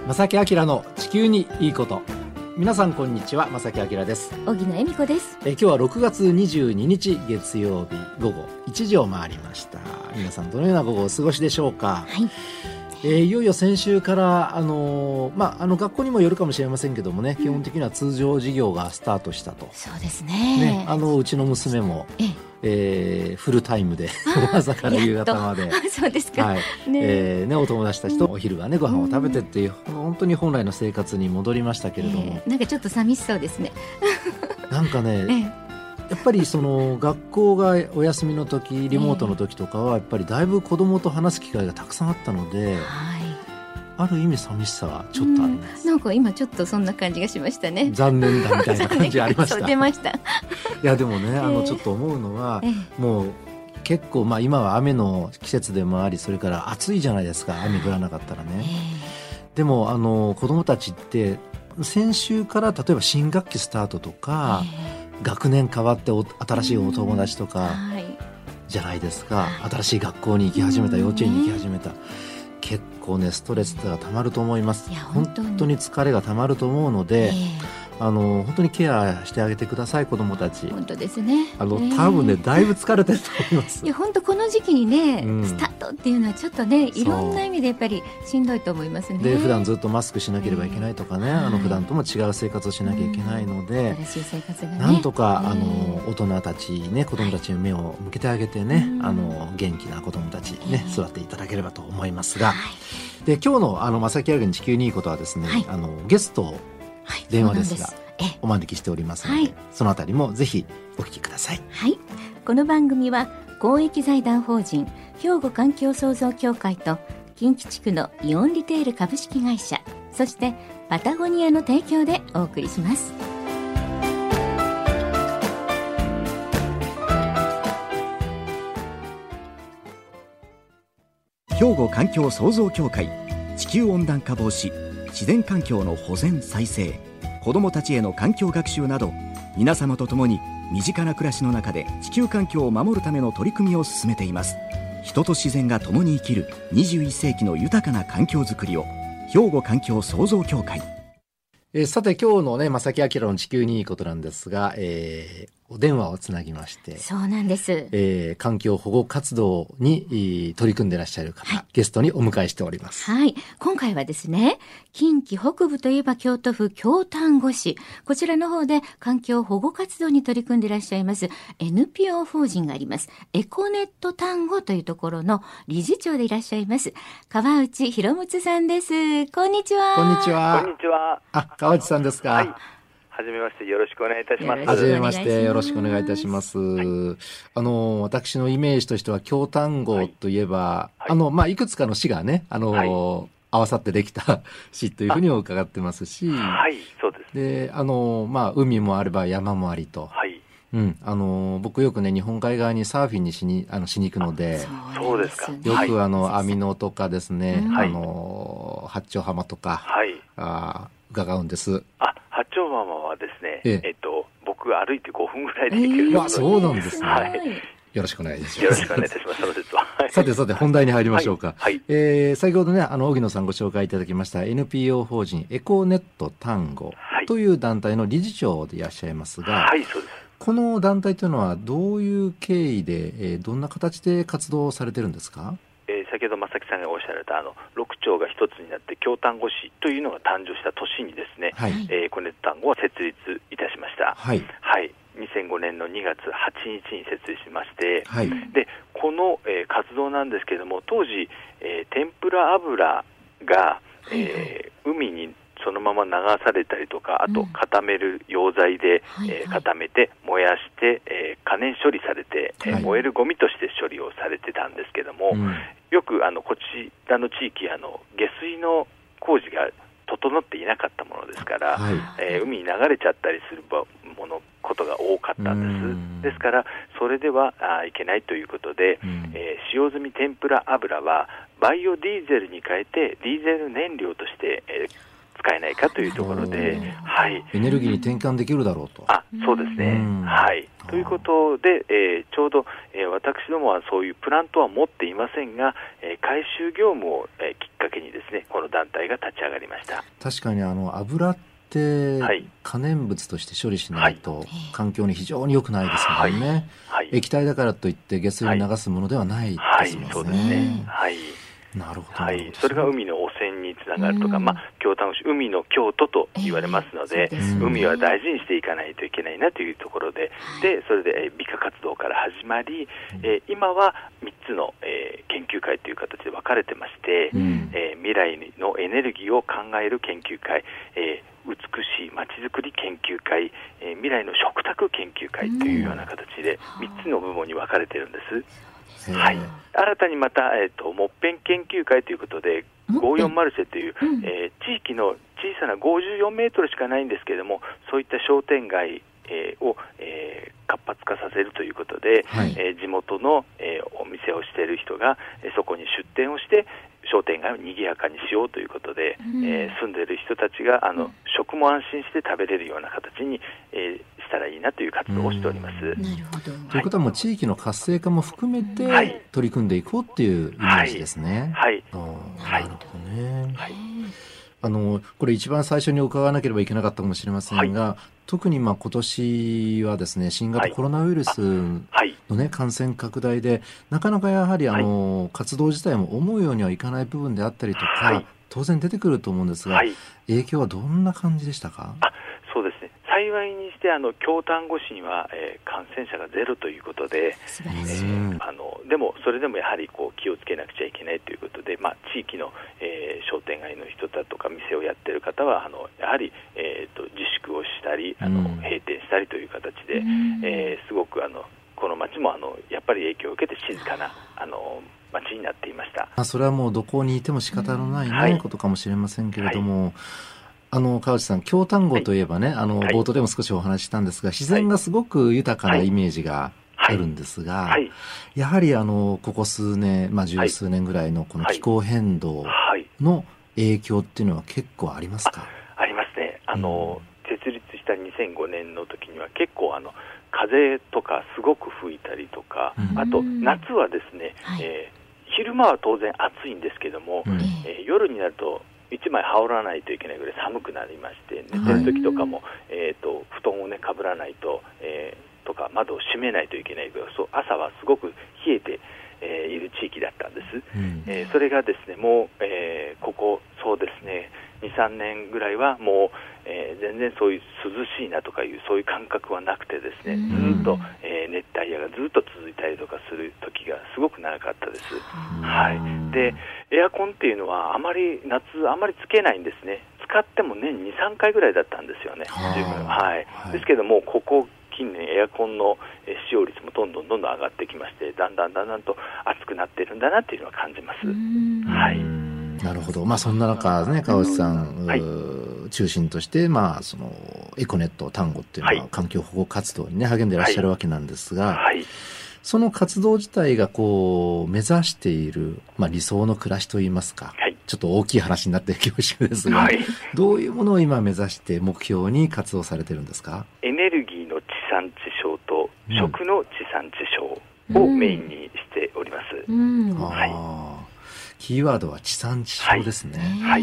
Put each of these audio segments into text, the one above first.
正木明の地球にいいこと。皆さんこんにちは、正木明です。 荻野恵美子です。 今日は6月22日月曜日午後1時を回りました。皆さんどのような午後をお過ごしでしょうか。はい、いよいよ先週から学校にもよるかもしれませんけどもね、基本的には通常授業がスタートしたと。 そうですね。 うちの娘もフルタイムで朝から夕方までそうですか、 はいお友達たちとお昼はねご飯を食べてっていう、本当に本来の生活に戻りましたけれども、 なんかちょっと寂しそうですね。 なんかね、やっぱりその学校がお休みの時、リモートの時とかはやっぱりだいぶ子供と話す機会がたくさんあったので、ある意味寂しさはちょっとあります。 なんか今ちょっとそんな感じがしましたね。 残念だみたいな感じありました。 そう出ました。 いやでもね、ちょっと思うのは、もう結構今は雨の季節でもあり、それから暑いじゃないですか、雨降らなかったらね。でも子供たちって先週から例えば新学期スタートとか、学年変わって新しいお友達とかじゃないですか、新しい学校に行き始めた、幼稚園に行き始めた、結構ねストレスがたまると思います。本当に疲れがたまると思うので、本当にケアしてあげてください、子どもたち。 本当ですね。 多分ねだいぶ疲れてると思います。 いや本当この時期にね、スタートっていうのはちょっとね、いろんな意味でやっぱりしんどいと思いますね。 で普段ずっとマスクしなければいけないとかね、普段とも違う生活をしなきゃいけないので、 新しい生活がね、 なんとか大人たちね、子どもたちに目を向けてあげてね、元気な子どもたちね、育っていただければと思いますが、で今日の正木明の地球にいいことはですね、ゲストを電話ですがお招きしておりますので、そのあたりもぜひお聞きください。 はい、この番組は公益財団法人兵庫環境創造協会と近畿地区のイオンリテール株式会社、そしてパタゴニアの提供でお送りします。 兵庫環境創造協会、地球温暖化防止、自然環境の保全再生、子どもたちへの環境学習など、皆様と共に身近な暮らしの中で地球環境を守るための取り組みを進めています。人と自然が共に生きる21世紀の豊かな環境づくりを、兵庫環境創造協会。 さて今日のね、正木明の地球にいいことなんですが、お電話をつなぎまして、 そうなんです、 環境保護活動に取り組んでいらっしゃる方、ゲストにお迎えしております。 はい、今回はですね、近畿北部といえば京都府京丹後市、こちらの方で環境保護活動に取り組んでいらっしゃいます NPO 法人があります、エコネット丹後というところの理事長でいらっしゃいます川内博光さんです。こんにちは。 こんにちは。 こんにちは。 川内さんですか。 はい、はじめまして、よろしくお願いいたします。 はじめまして、よろしくお願いいたします。私のイメージとしては京丹後といえば、いくつかの市がね、合わさってできた市というふうにも伺ってますし、 はい、そうです。 で、海もあれば山もありと、僕よくね、日本海側にサーフィンにしに行くので、 そうですか。 よく網野とかですね、八丁浜とか、伺うんです。 八丁浜はですね、僕歩いて5分ぐらいで行けるところに。 そうなんですね。よろしくお願いいたします。 よろしくお願いいたします。その説は。 さて本題に入りましょうか。先ほどね、荻野さんご紹介いただきました NPO 法人エコネット丹後という団体の理事長でいらっしゃいますが、 はい、そうです。 この団体というのはどういう経緯で、どんな形で活動されてるんですか？ 先ほど正木さんがおっしゃられた6町が一つになって京丹後市というのが誕生した年にですね、エコネット丹後は設立いたしました。2005年の2月8日に設立しまして、でこの、活動なんですけれども、当時、天ぷら油が、海にそのまま流されたりとか、あと固める溶剤で、固めて燃やして、可燃処理されて、燃えるゴミとして処理をされてたんですけども、よくこちらの地域下水の工事が整っていなかったものですから、海に流れちゃったりすることが多かったんです。ですからそれではいけないということで、使用済み天ぷら油はバイオディーゼルに変えてディーゼル燃料として、 使えないかというところで、はい、 エネルギーに転換できるだろうと。 そうですね、はい、ということで、ちょうど、私どもはそういうプラントは持っていませんが、回収業務を、きっかけにですね、この団体が立ち上がりました。 確かに油って可燃物として処理しないと環境に非常に良くないですもんね、液体だからといって下水に流すものではないですもんね。 そうですね、 なるほど、 それが海の汚染につながるとか、京丹後市、海の京都と言われますので、海は大事にしていかないといけないなというところで、それで美化活動から始まり、今は3つの、研究会という形で分かれてまして、未来のエネルギーを考える研究会、美しいまちづくり研究会、未来の食卓研究会というような形で3つの部門に分かれているんです。はい、新たにまた、もっぺん研究会ということで54マルシェという、地域の小さな54メートルしかないんですけれども、そういった商店街を、活発化させるということで、地元の、お店をしている人がそこに出店をして商店街を賑やかにしようということで、住んでいる人たちが食も安心して食べれるような形に、したらいいなという活動をしております。なるほど。 ということはもう地域の活性化も含めて取り組んでいこうっていうイメージですね。なるほどね。これ一番最初に伺わなければいけなかったかもしれませんが、特に今年はですね、新型コロナウイルスのね、感染拡大でなかなかやはり活動自体も思うようにはいかない部分であったりとか、当然出てくると思うんですが、影響はどんな感じでしたか？ そうですね、幸いにして京丹後市には、感染者がゼロということで、でもそれでもやはり気をつけなくちゃいけないということで、地域の、商店街の人だとか店をやっている方はやはり、自粛をしたり閉店したりという形で、すごくこの町もやっぱり影響を受けて静かな町になっていました。 それはもうどこにいても仕方のないことかもしれませんけれども、川内さん、京丹後といえばね、冒頭でも少しお話ししたんですが、自然がすごく豊かなイメージがあるんですが、やはりここ数年、十数年ぐらいのこの気候変動の影響っていうのは結構ありますか？ ありますね。設立した2005年の時には結構風とかすごく吹いたりとか、あと夏はですね、昼間は当然暑いんですけども、夜になると1枚羽織らないといけないぐらい寒くなりまして、寝てる時とかも、布団をねかぶらないと、とか窓を閉めないといけないぐらい、朝はすごく冷えて、いる地域だったんです。それがですね、もう、ここそうですね 2,3 年ぐらいはもう、全然そういう涼しいなとかいうそういう感覚はなくてですね、ずっと、熱帯夜がずっと続いたりとかする時がすごく長かったです。でエアコンっていうのは夏あまりつけないんですね。使っても年 2,3 回ぐらいだったんですよね、十分。ですけどもここ近年エアコンの使用率もどんどん上がってきまして、だんだんと暑くなっているんだなっていうのは感じます。 なるほど。そんな中ね、川内さん、中心として、そのエコネット丹後っていうのは環境保護活動にね励んでいらっしゃるわけなんですが、その活動自体が目指している、理想の暮らしといいますか、ちょっと大きい話になって恐縮ですが、どういうものを今目指して目標に活動されてるんですか？ エネルギーの地産地消と食の地産地消をメインにしております。 キーワードは地産地消ですね。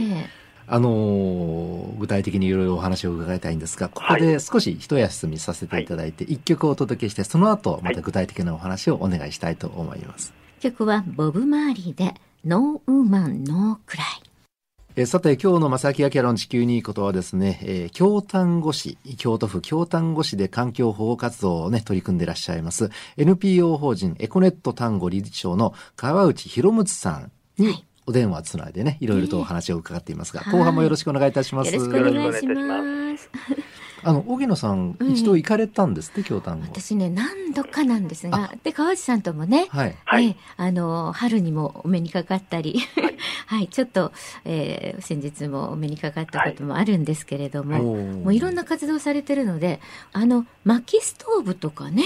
具体的にいろいろお話を伺いたいんですが、ここで少し一休みさせていただいて、一曲をお届けして、その後また具体的なお話をお願いしたいと思います。 曲はボブ・マーリーでノーウーマンノークライ。 さて今日の正木明の地球にいいことはですね、京丹後市、京都府京丹後市で環境保護活動をね取り組んでいらっしゃいます NPO 法人エコネット丹後理事長の川内博光さんにお電話つないでね、いろいろとお話を伺っていますが、後半もよろしくお願いいたします。 よろしくお願いします。 荻野さん、一度行かれたんですって、京丹後。 私ね、何度かなんですが、で、川内さんともね、春にもお目にかかったり、ちょっと、先日もお目にかかったこともあるんですけれども、もういろんな活動されてるので、薪ストーブとかね、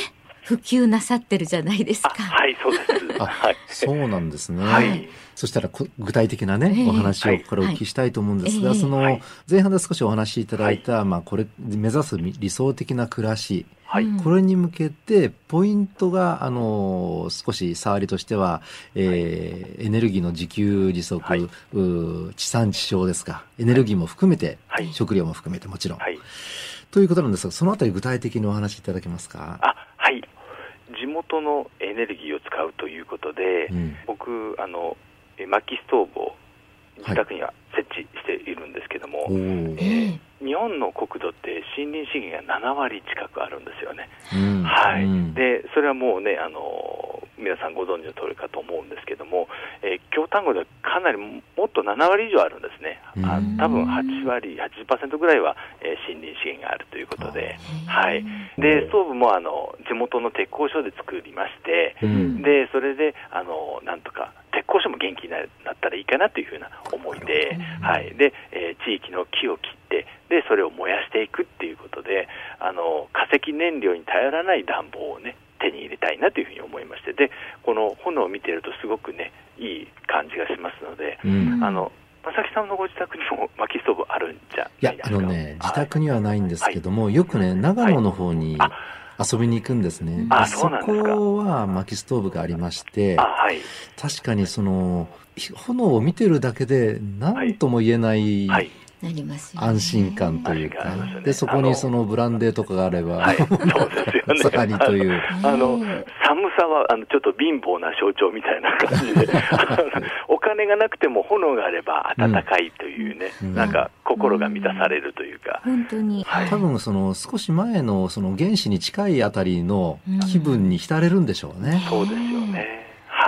普及なさってるじゃないですか。 はい、そうです。 はい、そうなんですね。 はい、 そしたら具体的なね、お話をこれお聞きしたいと思うんですが、その前半で少しお話しいただいた、これ目指す理想的な暮らし、これに向けてポイントが少し触りとしては、エネルギーの自給自足、地産地消ですか、エネルギーも含めて、食料も含めてもちろん、ということなんですが、そのあたり具体的にお話しいただけますか。 はい、地元のエネルギーを使うということで、僕薪ストーブを自宅には設置しているんですけども、日本の国土って森林資源が7割近くあるんですよね。でそれはもうね、皆さんご存知の通りかと思うんですけども、京丹後ではかなりもっと7割以上あるんですね。多分8割 80% ぐらいは、森林資源があるということで、でストーブも地元の鉄工所で作りまして、でそれでなんとか鉄工所も元気になったらいいかなというふうな思いで、で、地域の木を切って、でそれを燃やしていくっていうことで、化石燃料に頼らない暖房をね手に入れたいなというふうに思いまして、でこの炎を見ているとすごくねいい感じがしますので、正木さんのご自宅にも薪ストーブあるんじゃないですか。 自宅にはないんですけども、よくね長野の方に遊びに行くんですね。そこは薪ストーブがありまして、確かにその炎を見てるだけで何とも言えない安心感というか、でそこにそのブランデーとかがあれば、さらにという、 寒さはちょっと貧乏な象徴みたいな感じでお金がなくても炎があれば暖かいというね、なんか心が満たされるというか、 本当に、 多分その少し前のその原始に近いあたりの気分に浸れるんでしょうね。 そうですよね。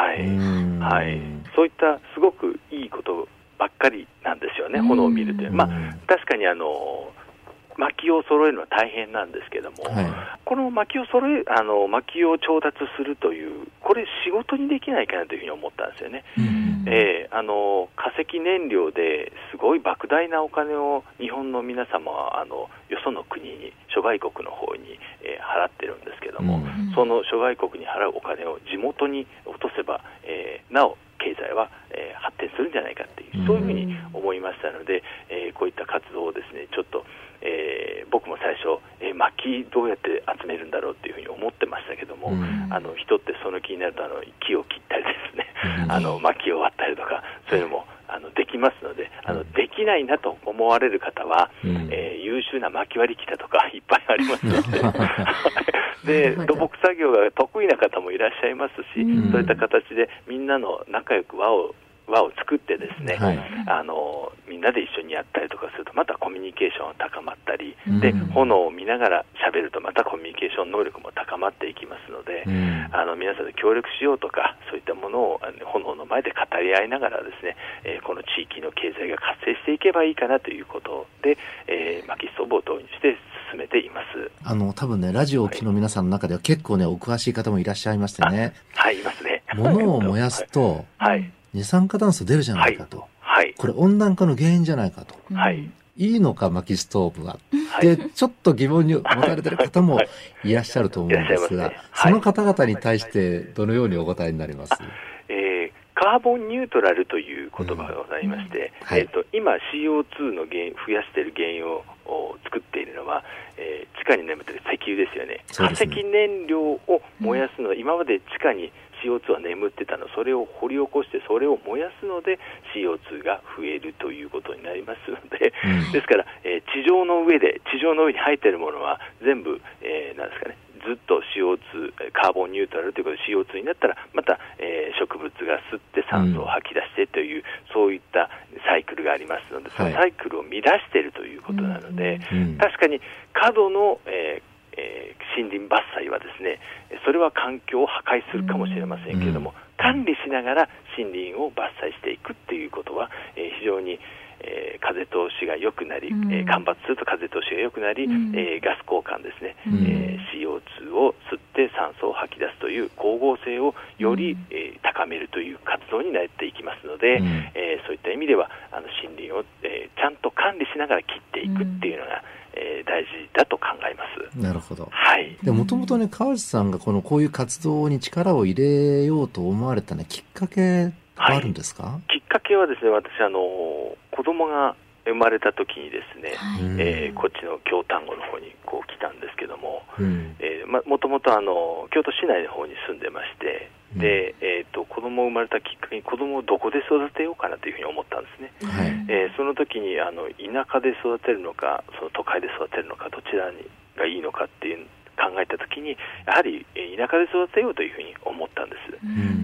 そういったすごくいいことばっかりなんですよね、炎を見るという。確かに薪を揃えるのは大変なんですけども、この薪を薪を調達するという、これ仕事にできないかなというふうに思ったんですよね。化石燃料ですごい莫大なお金を日本の皆様はよその国に諸外国の方に、払ってるんですけども、その諸外国に払うお金を地元に落とせば、なお経済は、発展するんじゃないかっていう、そういうふうに思いましたので、こういった活動をですねちょっと、僕も最初、薪どうやって集めるんだろうっていうふうに思ってましたけども、人ってその気になると木を切ったりですね、薪を割ったりとかそういうのもできますので、できないなと思われる方は、優秀な薪割り機とかいっぱいありますのでで土木作業が得意な方もいらっしゃいますし、そういった形でみんなの仲良く輪を作ってですね、みんなで一緒にやったりとかするとまたコミュニケーションが高まったり、で炎を見ながら喋るとまたコミュニケーション能力も高まっていきますので、皆さんで協力しようとかそういったものを炎の前で語り合いながらですね、この地域の経済が活性していけばいいかなということで、薪ストーブを導入して進めています。 多分ねラジオをお聞きの皆さんの中では結構ねお詳しい方もいらっしゃいましてね、 いますね。 物を燃やすと、二酸化炭素出るじゃないかと、これ温暖化の原因じゃないかと、いいのか薪ストーブは、でちょっと疑問に持たれている方もいらっしゃると思うんですが、その方々に対してどのようにお答えになります？ カーボンニュートラルという言葉がございまして、今 CO2 の増やしている原因を作っているのは、地下に眠っている石油ですよね。化石燃料を燃やすのは、今まで地下に CO2 は眠ってたの、それを掘り起こしてそれを燃やすので CO2 が増えるということになりますので、ですから、地上の上に生えているものは全部、なんですかね、ずっと CO2 カーボンニュートラルということで CO2 になったらまた、植物が吸って酸素を吐き出してという、そういったサイクルがありますので、そのサイクルを乱しているということなので、確かに過度の、森林伐採はですね、それは環境を破壊するかもしれませんけれども、管理しながら森林を伐採していくっていうことは、非常に風通しが良くなり、干ばつすると風通しが良くなり、ガス交換ですね、CO2 を吸って酸素を吐き出すという光合成をより、高めるという活動になっていきますので、そういった意味では森林を、ちゃんと管理しながら切っていくっていうのが、大事だと考えます。 なるほど。 はい。 でもともとね、川内さんがこういう活動に力を入れようと思われたね、きっかけはあるんですか？ きっかけはですね、私子供が生まれた時にですね、こっちの京丹後の方に来たんですけども、もともと京都市内の方に住んでまして、で、子供生まれたきっかけに子供をどこで育てようかなというふうに思ったんですね。その時に田舎で育てるのか、その都会で育てるのか、どちらがいいのかっていう考えた時に、やはり田舎で育てようというふうに思ったんです。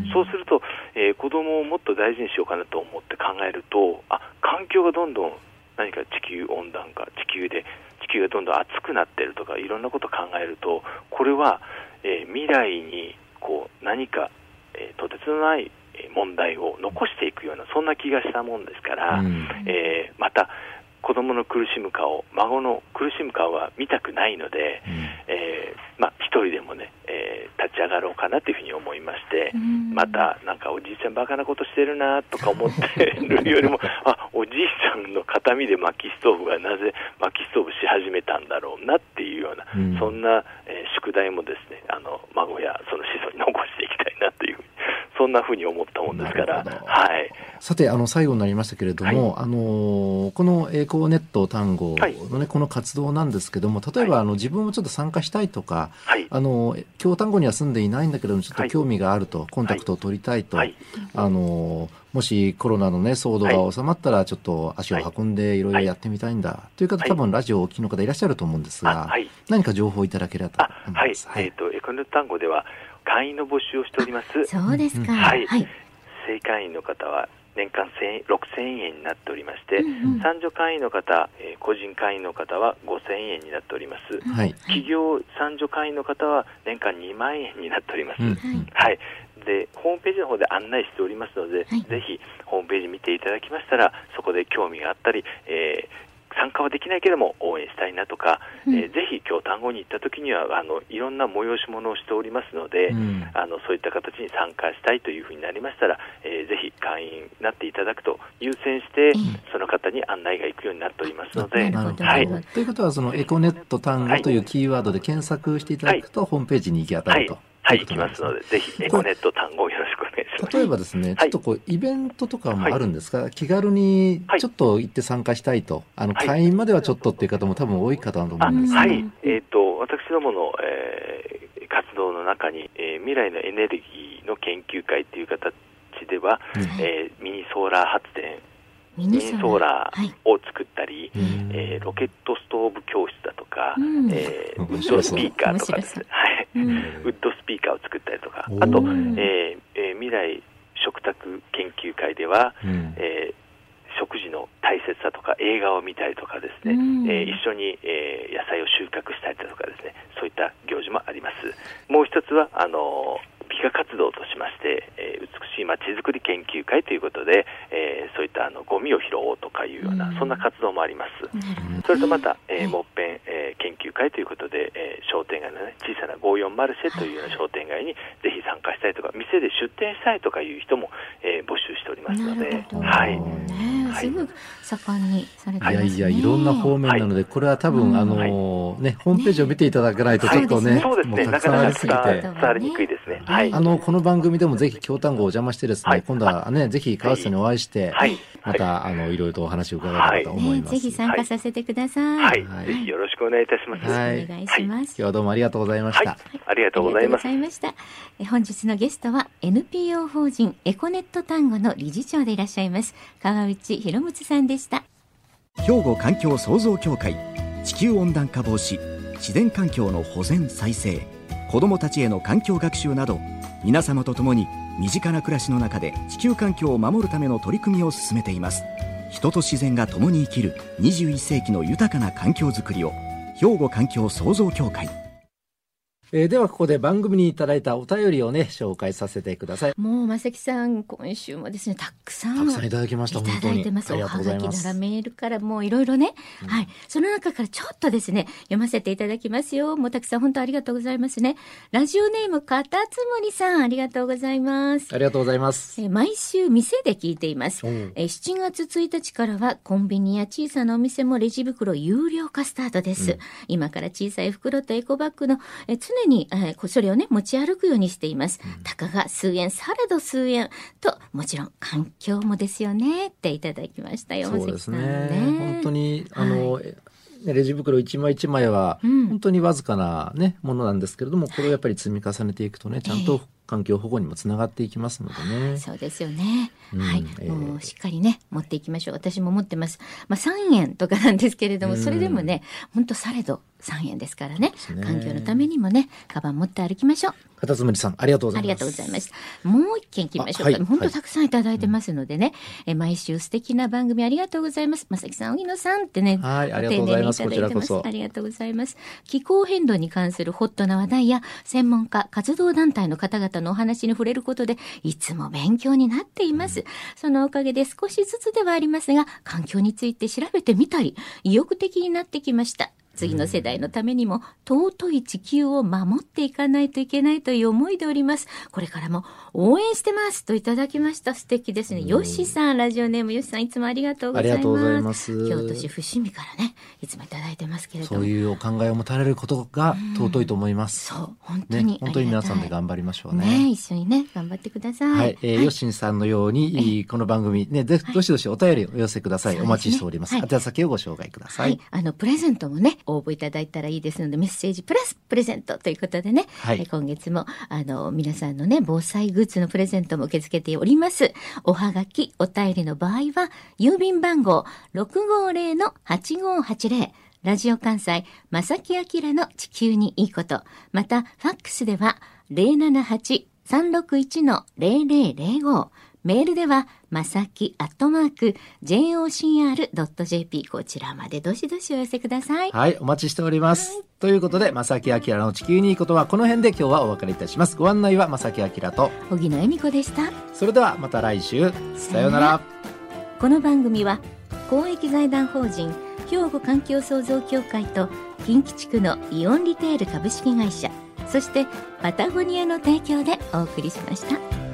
そうすると、子供をもっと大事にしようかなと思って考えると、環境がどんどん何か地球温暖化、地球がどんどん暑くなっているとかいろんなことを考えると、これは、未来に何か、とてつもない問題を残していくような、そんな気がしたもんですから、また子供の苦しむ顔、孫の苦しむ顔は見たくないので、一人でもね、立ち上がろうかなというふうに思いまして、またなんかおじいちゃんバカなことしてるなとか思ってるよりもおじいちゃんの形見で薪ストーブがなぜ薪ストーブし始めたんだろうなっていうような、そんな、宿題もですね、孫やその子孫に残していきたいなというふうに、そんなふうに思ったもんですから。はい。 さて最後になりましたけれども、このエコネット丹後のね、この活動なんですけども、例えば自分もちょっと参加したいとか、京丹後には住んでいないんだけどもちょっと興味があると、コンタクトを取りたいと、もしコロナのね騒動が収まったらちょっと足を運んでいろいろやってみたいんだという方、多分ラジオをお聞きの方いらっしゃると思うんですが、何か情報いただければと思います。 エコネット丹後では会員の募集をしております。 そうですか。 正会員の方は年間6000円になっておりまして、参助会員の方、個人会員の方は5000円になっております。企業参助会員の方は年間2万円になっております。でホームページの方で案内しておりますので、ぜひホームページ見ていただきましたら、そこで興味があったり、参加はできないけれども応援したいなとか、ぜひ京丹後に行った時にはいろんな催し物をしておりますので、そういった形に参加したいというふうになりましたら、ぜひ会員になっていただくと優先して、その方に案内が行くようになっておりますので。 ということは、そのエコネット丹後というキーワードで検索していただくと、ホームページに行き当たると。 行きますので、ぜひエコネット単語をよろしくお願いします。 例えばですね、ちょっとイベントとかもあるんですか？気軽にちょっと行って参加したいと、会員まではちょっとっていう方も多分多いかと思うんですが、 私どもの、活動の中に、未来のエネルギーの研究会という形では、ミニソーラー発電、ミニソーラーを作ったり、ロケットストーブ教室だとか、ウッドスピーカーとかですね、ウッドスピーカーを作ったりとか、あと、未来食卓研究会では、食事の大切さとか映画を見たりとかですね、一緒に、野菜を収穫したりとかですね、そういった行事もあります。もう一つは美化活動としまして、美しいまちづくり研究会ということで、そういったゴミを拾おうとかいうような、そんな活動もあります。それとまた、もっぺん、研究会ということで、商店街の、ね、小さな54マルシェというような商店街にぜひ参加したいとか、店で出店したいとかいう人も、募集しておりますので、 すぐ盛んにされてますね。 いろんな方面なので、これは多分ホームページを見ていただかないとちょっとね、 そうですね、なかなか伝わりにくいですね。 この番組でもぜひ京丹後をお邪魔してですね、今度はね、ぜひ川内さんにお会いして、またいろいろとお話を伺えればと思います。 ぜひ参加させてください。 ぜひよろしくお願いいたします。 お願いします。 今日はどうもありがとうございました。 ありがとうございます。 本日のゲストは NPO 法人エコネット丹後の理事長でいらっしゃいます川内博光さんでした。 兵庫環境創造協会、地球温暖化防止、自然環境の保全再生、子どもたちへの環境学習など、皆様と共に身近な暮らしの中で地球環境を守るための取り組みを進めています。人と自然が共に生きる21世紀の豊かな環境づくりを、兵庫環境創造協会。 ではここで番組にいただいたお便りをね紹介させてください。 もう正木さん今週もですねたくさんいただきました。 いただいてます。おはがきならメールからもういろいろね、はい、その中からちょっとですね読ませていただきますよ。もうたくさん本当ありがとうございますね。ラジオネームかたつむりさん、ありがとうございます。 ありがとうございます。 毎週店で聞いています。7月1日からはコンビニや小さなお店もレジ袋有料化スタートです。今から小さい袋とエコバッグの常にそれをね持ち歩くようにしています。たかが数円、されど数円と、もちろん環境もですよねっていただきましたよ。 そうですね。本当にレジ袋一枚一枚は本当にわずかなねものなんですけれども、これをやっぱり積み重ねていくとね、ちゃんと環境保護にもつながっていきますのでね。 そうですよね。はい、もうしっかりね持っていきましょう。私も持ってます。3円とかなんですけれども、それでもね本当されど3円ですからね。環境のためにもねカバン持って歩きましょう。 片つむりさんありがとうございます。 ありがとうございました。もう一件いきましょうか。本当たくさんいただいてますのでね、毎週素敵な番組ありがとうございます。正木さん、荻野さんってね、 はい、ありがとうございます。こちらこそありがとうございます。気候変動に関するホットな話題や専門家活動団体の方々のお話に触れることでいつも勉強になっています。そのおかげで少しずつではありますが環境について調べてみたり意欲的になってきました。次の世代のためにも尊い地球を守っていかないといけないという思いでおります。これからも応援してますといただきました。素敵ですね。よしさん、ラジオネームよしさん、いつもありがとうございます。 ありがとうございます。 京都市伏見からねいつもいただいてますけれども、 そういうお考えを持たれることが尊いと思います。 そう本当に、 本当に皆さんで頑張りましょうね。 一緒にね頑張ってください。 はい、よしさんのようにこの番組ねどしどしお便りをお寄せください。お待ちしております。宛先をご紹介ください。 プレゼントもね応募いただいたらいいですので、メッセージプラスプレゼントということでね、今月も皆さんのね防災グッズのプレゼントも受け付けております。おはがきお便りの場合は郵便番号 650-8580 ラジオ関西正木明の地球にいいこと、またファックスでは 078-361-0005、メールではまさき@jocr.jp、 こちらまでどしどしお寄せください。 はい、お待ちしております。ということでまさきあきらの地球にいいことはこの辺で今日はお別れいたします。ご案内はまさきあきらと荻野恵美子でした。 それではまた来週、さようなら。 この番組は公益財団法人兵庫環境創造協会と近畿地区のイオンリテール株式会社、そしてパタゴニアの提供でお送りしました。